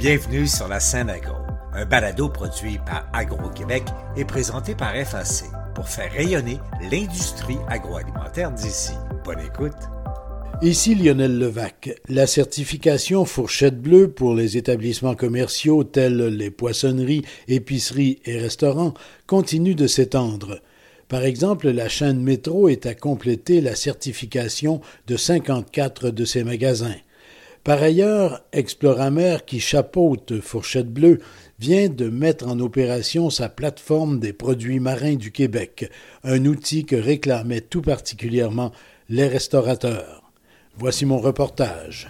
Bienvenue sur la scène agro, un balado produit par Agro-Québec et présenté par FAC pour faire rayonner l'industrie agroalimentaire d'ici. Bonne écoute! Ici Lionel Levac. La certification Fourchette Bleue pour les établissements commerciaux tels les poissonneries, épiceries et restaurants continue de s'étendre. Par exemple, la chaîne Métro est à compléter la certification de 54 de ses magasins. Par ailleurs, Exploramer, qui chapeaute Fourchette Bleue, vient de mettre en opération sa plateforme des produits marins du Québec, un outil que réclamaient tout particulièrement les restaurateurs. Voici mon reportage.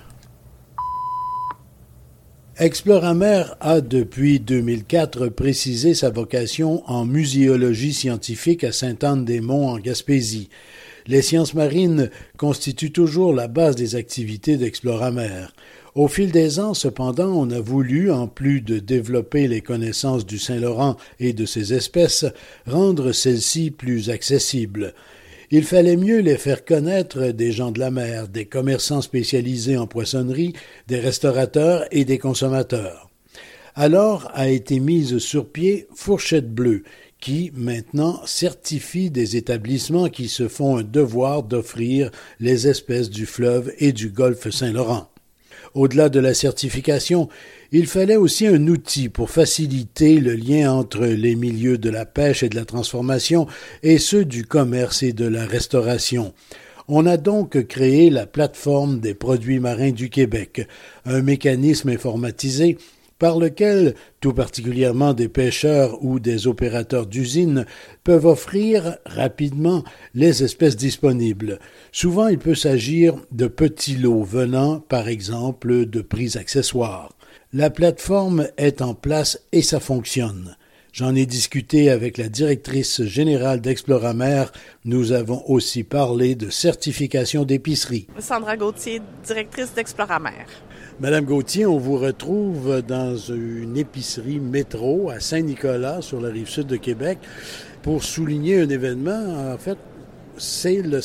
Exploramer a depuis 2004 précisé sa vocation en muséologie scientifique à Sainte-Anne-des-Monts en Gaspésie. Les sciences marines constituent toujours la base des activités d'Exploramer. Au fil des ans, cependant, on a voulu, en plus de développer les connaissances du Saint-Laurent et de ses espèces, rendre celles-ci plus accessibles. Il fallait mieux les faire connaître des gens de la mer, des commerçants spécialisés en poissonnerie, des restaurateurs et des consommateurs. Alors a été mise sur pied Fourchette Bleue, qui, maintenant, certifie des établissements qui se font un devoir d'offrir les espèces du fleuve et du golfe Saint-Laurent. Au-delà de la certification, il fallait aussi un outil pour faciliter le lien entre les milieux de la pêche et de la transformation et ceux du commerce et de la restauration. On a donc créé la plateforme des produits marins du Québec, un mécanisme informatisé par lequel, tout particulièrement des pêcheurs ou des opérateurs d'usines, peuvent offrir rapidement les espèces disponibles. Souvent, il peut s'agir de petits lots venant, par exemple, de prix accessoires. La plateforme est en place et ça fonctionne. J'en ai discuté avec la directrice générale d'Exploramer. Nous avons aussi parlé de certification d'épicerie. Sandra Gauthier, directrice d'Exploramer. Madame Gauthier, on vous retrouve dans une épicerie Métro à Saint-Nicolas, sur la rive sud de Québec, pour souligner un événement. En fait, c'est le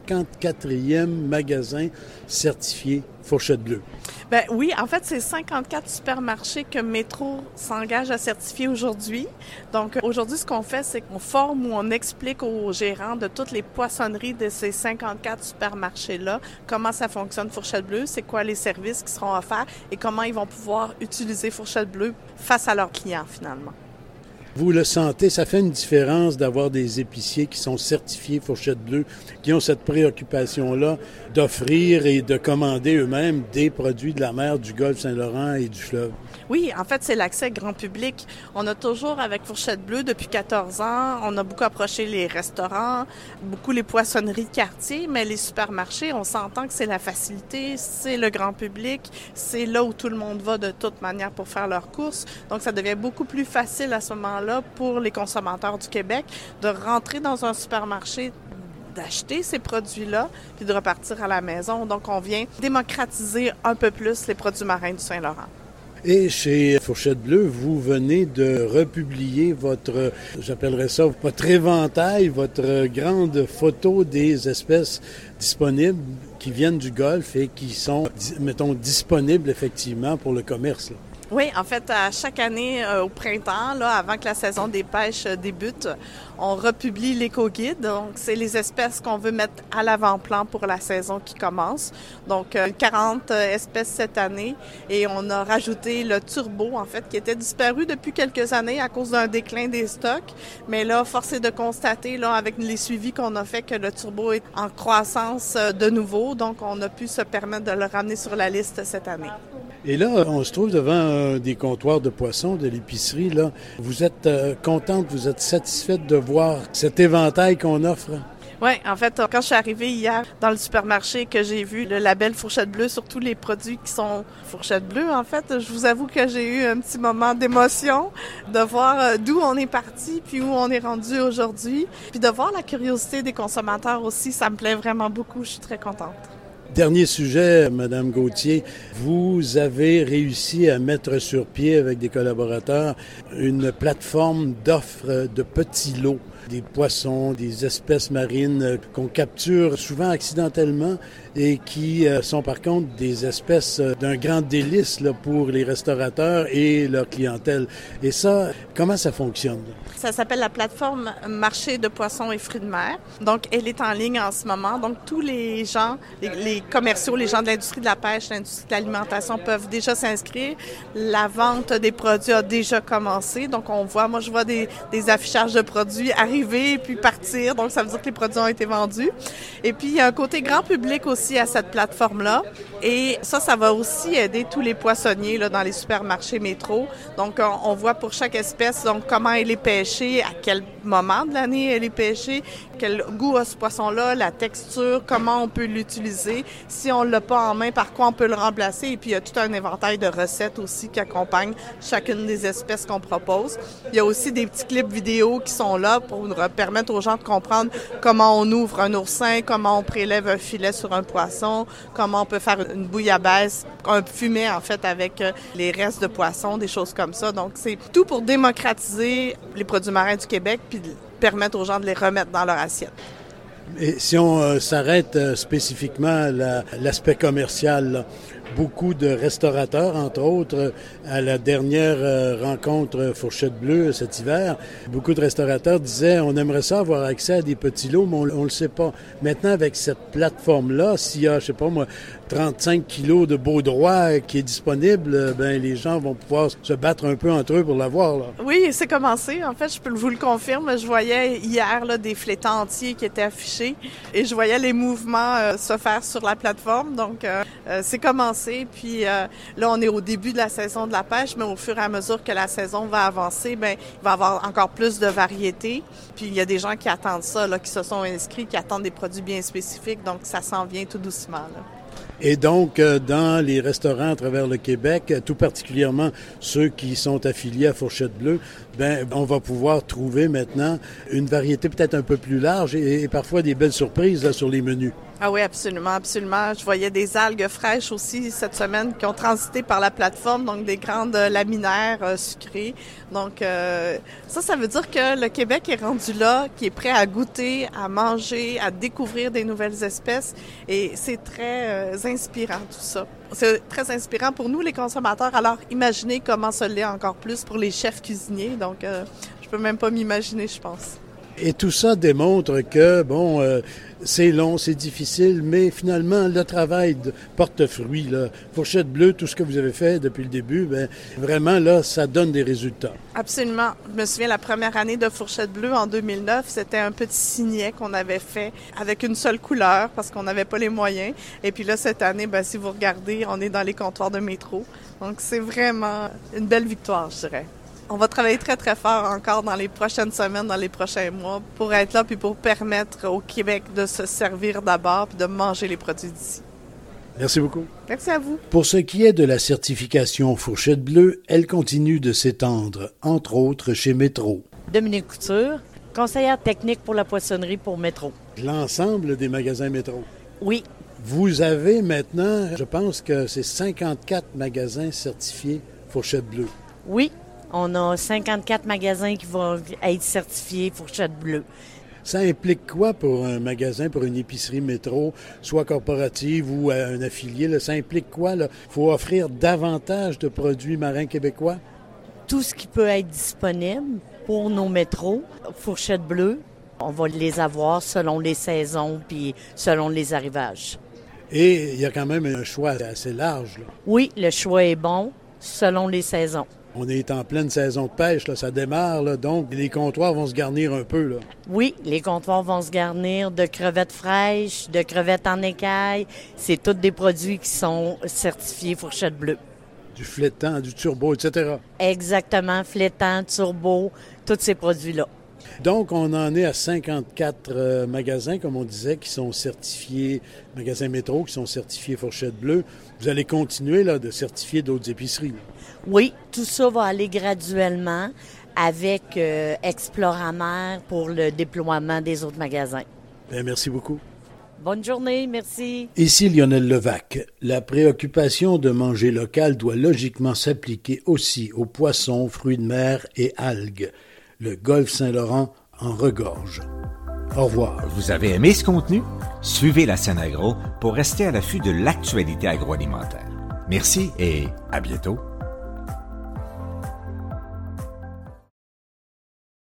54e magasin certifié Fourchette Bleue. Ben oui, en fait, c'est 54 supermarchés que Métro s'engage à certifier aujourd'hui. Donc, aujourd'hui, ce qu'on fait, c'est qu'on forme ou on explique aux gérants de toutes les poissonneries de ces 54 supermarchés-là comment ça fonctionne Fourchette Bleue, c'est quoi les services qui seront offerts et comment ils vont pouvoir utiliser Fourchette Bleue face à leurs clients, finalement. Vous le sentez, ça fait une différence d'avoir des épiciers qui sont certifiés Fourchette Bleue, qui ont cette préoccupation-là d'offrir et de commander eux-mêmes des produits de la mer, du golfe Saint-Laurent et du fleuve. Oui, en fait, c'est l'accès grand public. On a toujours, avec Fourchette Bleue, depuis 14 ans, on a beaucoup approché les restaurants, beaucoup les poissonneries de quartier, mais les supermarchés, on s'entend que c'est la facilité, c'est le grand public, c'est là où tout le monde va de toute manière pour faire leurs courses. Donc, ça devient beaucoup plus facile à ce moment-là pour les consommateurs du Québec de rentrer dans un supermarché, d'acheter ces produits-là, puis de repartir à la maison. Donc, on vient démocratiser un peu plus les produits marins du Saint-Laurent. Et chez Fourchette Bleue, vous venez de republier votre, j'appellerais ça, votre éventail, votre grande photo des espèces disponibles qui viennent du Golfe et qui sont, mettons, disponibles effectivement pour le commerce, là. Oui, en fait, à chaque année, au printemps, là, avant que la saison des pêches débute, on republie l'éco-guide. Donc, c'est les espèces qu'on veut mettre à l'avant-plan pour la saison qui commence. Donc, 40 espèces cette année. Et on a rajouté le turbo, en fait, qui était disparu depuis quelques années à cause d'un déclin des stocks. Mais là, force est de constater, là, avec les suivis qu'on a fait, que le turbo est en croissance de nouveau. Donc, on a pu se permettre de le ramener sur la liste cette année. Et là, on se trouve devant des comptoirs de poissons de l'épicerie, là. Vous êtes contente, vous êtes satisfaite de voir cet éventail qu'on offre? Oui, en fait, quand je suis arrivée hier dans le supermarché que j'ai vu le label Fourchette Bleue sur tous les produits qui sont Fourchette Bleue, en fait, je vous avoue que j'ai eu un petit moment d'émotion de voir d'où on est parti puis où on est rendu aujourd'hui. Puis de voir la curiosité des consommateurs aussi, ça me plaît vraiment beaucoup. Je suis très contente. Dernier sujet, Madame Gauthier, vous avez réussi à mettre sur pied avec des collaborateurs une plateforme d'offres de petits lots. des poissons, des espèces marines qu'on capture souvent accidentellement et qui sont par contre des espèces d'un grand délice là, pour les restaurateurs et leur clientèle. Et ça, comment ça fonctionne? Ça s'appelle la plateforme Marché de poissons et fruits de mer. Donc, elle est en ligne en ce moment. Donc, tous les gens, les commerciaux, les gens de l'industrie de la pêche, l'industrie de l'alimentation peuvent déjà s'inscrire. La vente des produits a déjà commencé. Donc, je vois des affichages de produits arriver puis partir. Donc, ça veut dire que les produits ont été vendus. Et puis, il y a un côté grand public aussi à cette plateforme-là. Et ça va aussi aider tous les poissonniers là, dans les supermarchés métro. Donc, on voit pour chaque espèce donc comment elle est pêchée, à quel moment de l'année elle est pêchée, quel goût a ce poisson-là, la texture, comment on peut l'utiliser. Si on ne l'a pas en main, par quoi on peut le remplacer. Et puis, il y a tout un éventail de recettes aussi qui accompagnent chacune des espèces qu'on propose. Il y a aussi des petits clips vidéo qui sont là pour permettre aux gens de comprendre comment on ouvre un oursin, comment on prélève un filet sur un poisson, comment on peut faire une bouillabaisse, un fumet en fait avec les restes de poissons, des choses comme ça. Donc, c'est tout pour démocratiser les produits marins du Québec puis permettre aux gens de les remettre dans leur assiette. Et si on s'arrête spécifiquement à l'aspect commercial, là, beaucoup de restaurateurs, entre autres, à la dernière rencontre Fourchette Bleue cet hiver, beaucoup de restaurateurs disaient on aimerait ça avoir accès à des petits lots, mais on le sait pas. Maintenant, avec cette plateforme-là, s'il y a, je sais pas moi, 35 kilos de Beaudroit qui est disponible, ben les gens vont pouvoir se battre un peu entre eux pour l'avoir, là. Oui, c'est commencé. En fait, je peux vous le confirmer. Je voyais hier là, des flétans entiers qui étaient affichés et je voyais les mouvements se faire sur la plateforme. Donc, c'est commencé. Puis là, on est au début de la saison de la pêche, mais au fur et à mesure que la saison va avancer, ben il va y avoir encore plus de variétés. Puis il y a des gens qui attendent ça, là, qui se sont inscrits, qui attendent des produits bien spécifiques. Donc, ça s'en vient tout doucement, là. Et donc, dans les restaurants à travers le Québec, tout particulièrement ceux qui sont affiliés à Fourchette Bleue, ben, on va pouvoir trouver maintenant une variété peut-être un peu plus large et parfois des belles surprises là, sur les menus. Ah oui, absolument, absolument. Je voyais des algues fraîches aussi cette semaine qui ont transité par la plateforme, donc des grandes laminaires sucrées. Donc ça veut dire que le Québec est rendu là, qui est prêt à goûter, à manger, à découvrir des nouvelles espèces et c'est très inspirant tout ça. C'est très inspirant pour nous les consommateurs. Alors imaginez comment ça l'est encore plus pour les chefs cuisiniers. Donc je peux même pas m'imaginer, je pense. Et tout ça démontre que, bon, c'est long, c'est difficile, mais finalement, le travail porte fruit, là. Fourchette Bleue, tout ce que vous avez fait depuis le début, ben vraiment, là, ça donne des résultats. Absolument. Je me souviens, la première année de Fourchette Bleue, en 2009, c'était un petit signet qu'on avait fait avec une seule couleur parce qu'on n'avait pas les moyens. Et puis là, cette année, ben, si vous regardez, on est dans les comptoirs de métro. Donc, c'est vraiment une belle victoire, je dirais. On va travailler très, très fort encore dans les prochaines semaines, dans les prochains mois, pour être là puis pour permettre au Québec de se servir d'abord puis de manger les produits d'ici. Merci beaucoup. Merci à vous. Pour ce qui est de la certification Fourchette Bleue, elle continue de s'étendre, entre autres chez Métro. Dominique Couture, conseillère technique pour la poissonnerie pour Métro. L'ensemble des magasins Métro. Oui. Vous avez maintenant, je pense que c'est 54 magasins certifiés Fourchette Bleue. Oui. On a 54 magasins qui vont être certifiés Fourchette Bleue. Ça implique quoi pour un magasin, pour une épicerie Métro, soit corporative ou un affilié? Là? Ça implique quoi? Il faut offrir davantage de produits marins québécois? Tout ce qui peut être disponible pour nos métros, Fourchette Bleue, on va les avoir selon les saisons puis selon les arrivages. Et il y a quand même un choix assez large, là. Oui, le choix est bon selon les saisons. On est en pleine saison de pêche, là, ça démarre, là, donc les comptoirs vont se garnir un peu, là. Oui, les comptoirs vont se garnir de crevettes fraîches, de crevettes en écaille. C'est tous des produits qui sont certifiés Fourchette Bleue. Du flétan, du turbo, etc. Exactement, flétan, turbo, tous ces produits-là. Donc, on en est à 54 magasins, comme on disait, qui sont certifiés, magasins Métro, qui sont certifiés Fourchette Bleue. Vous allez continuer là, de certifier d'autres épiceries, là. Oui, tout ça va aller graduellement avec Exploramer pour le déploiement des autres magasins. Bien, merci beaucoup. Bonne journée, merci. Ici Lionel Levac. La préoccupation de manger local doit logiquement s'appliquer aussi aux poissons, fruits de mer et algues. Le golfe Saint-Laurent en regorge. Au revoir. Vous avez aimé ce contenu? Suivez la scène agro pour rester à l'affût de l'actualité agroalimentaire. Merci et à bientôt.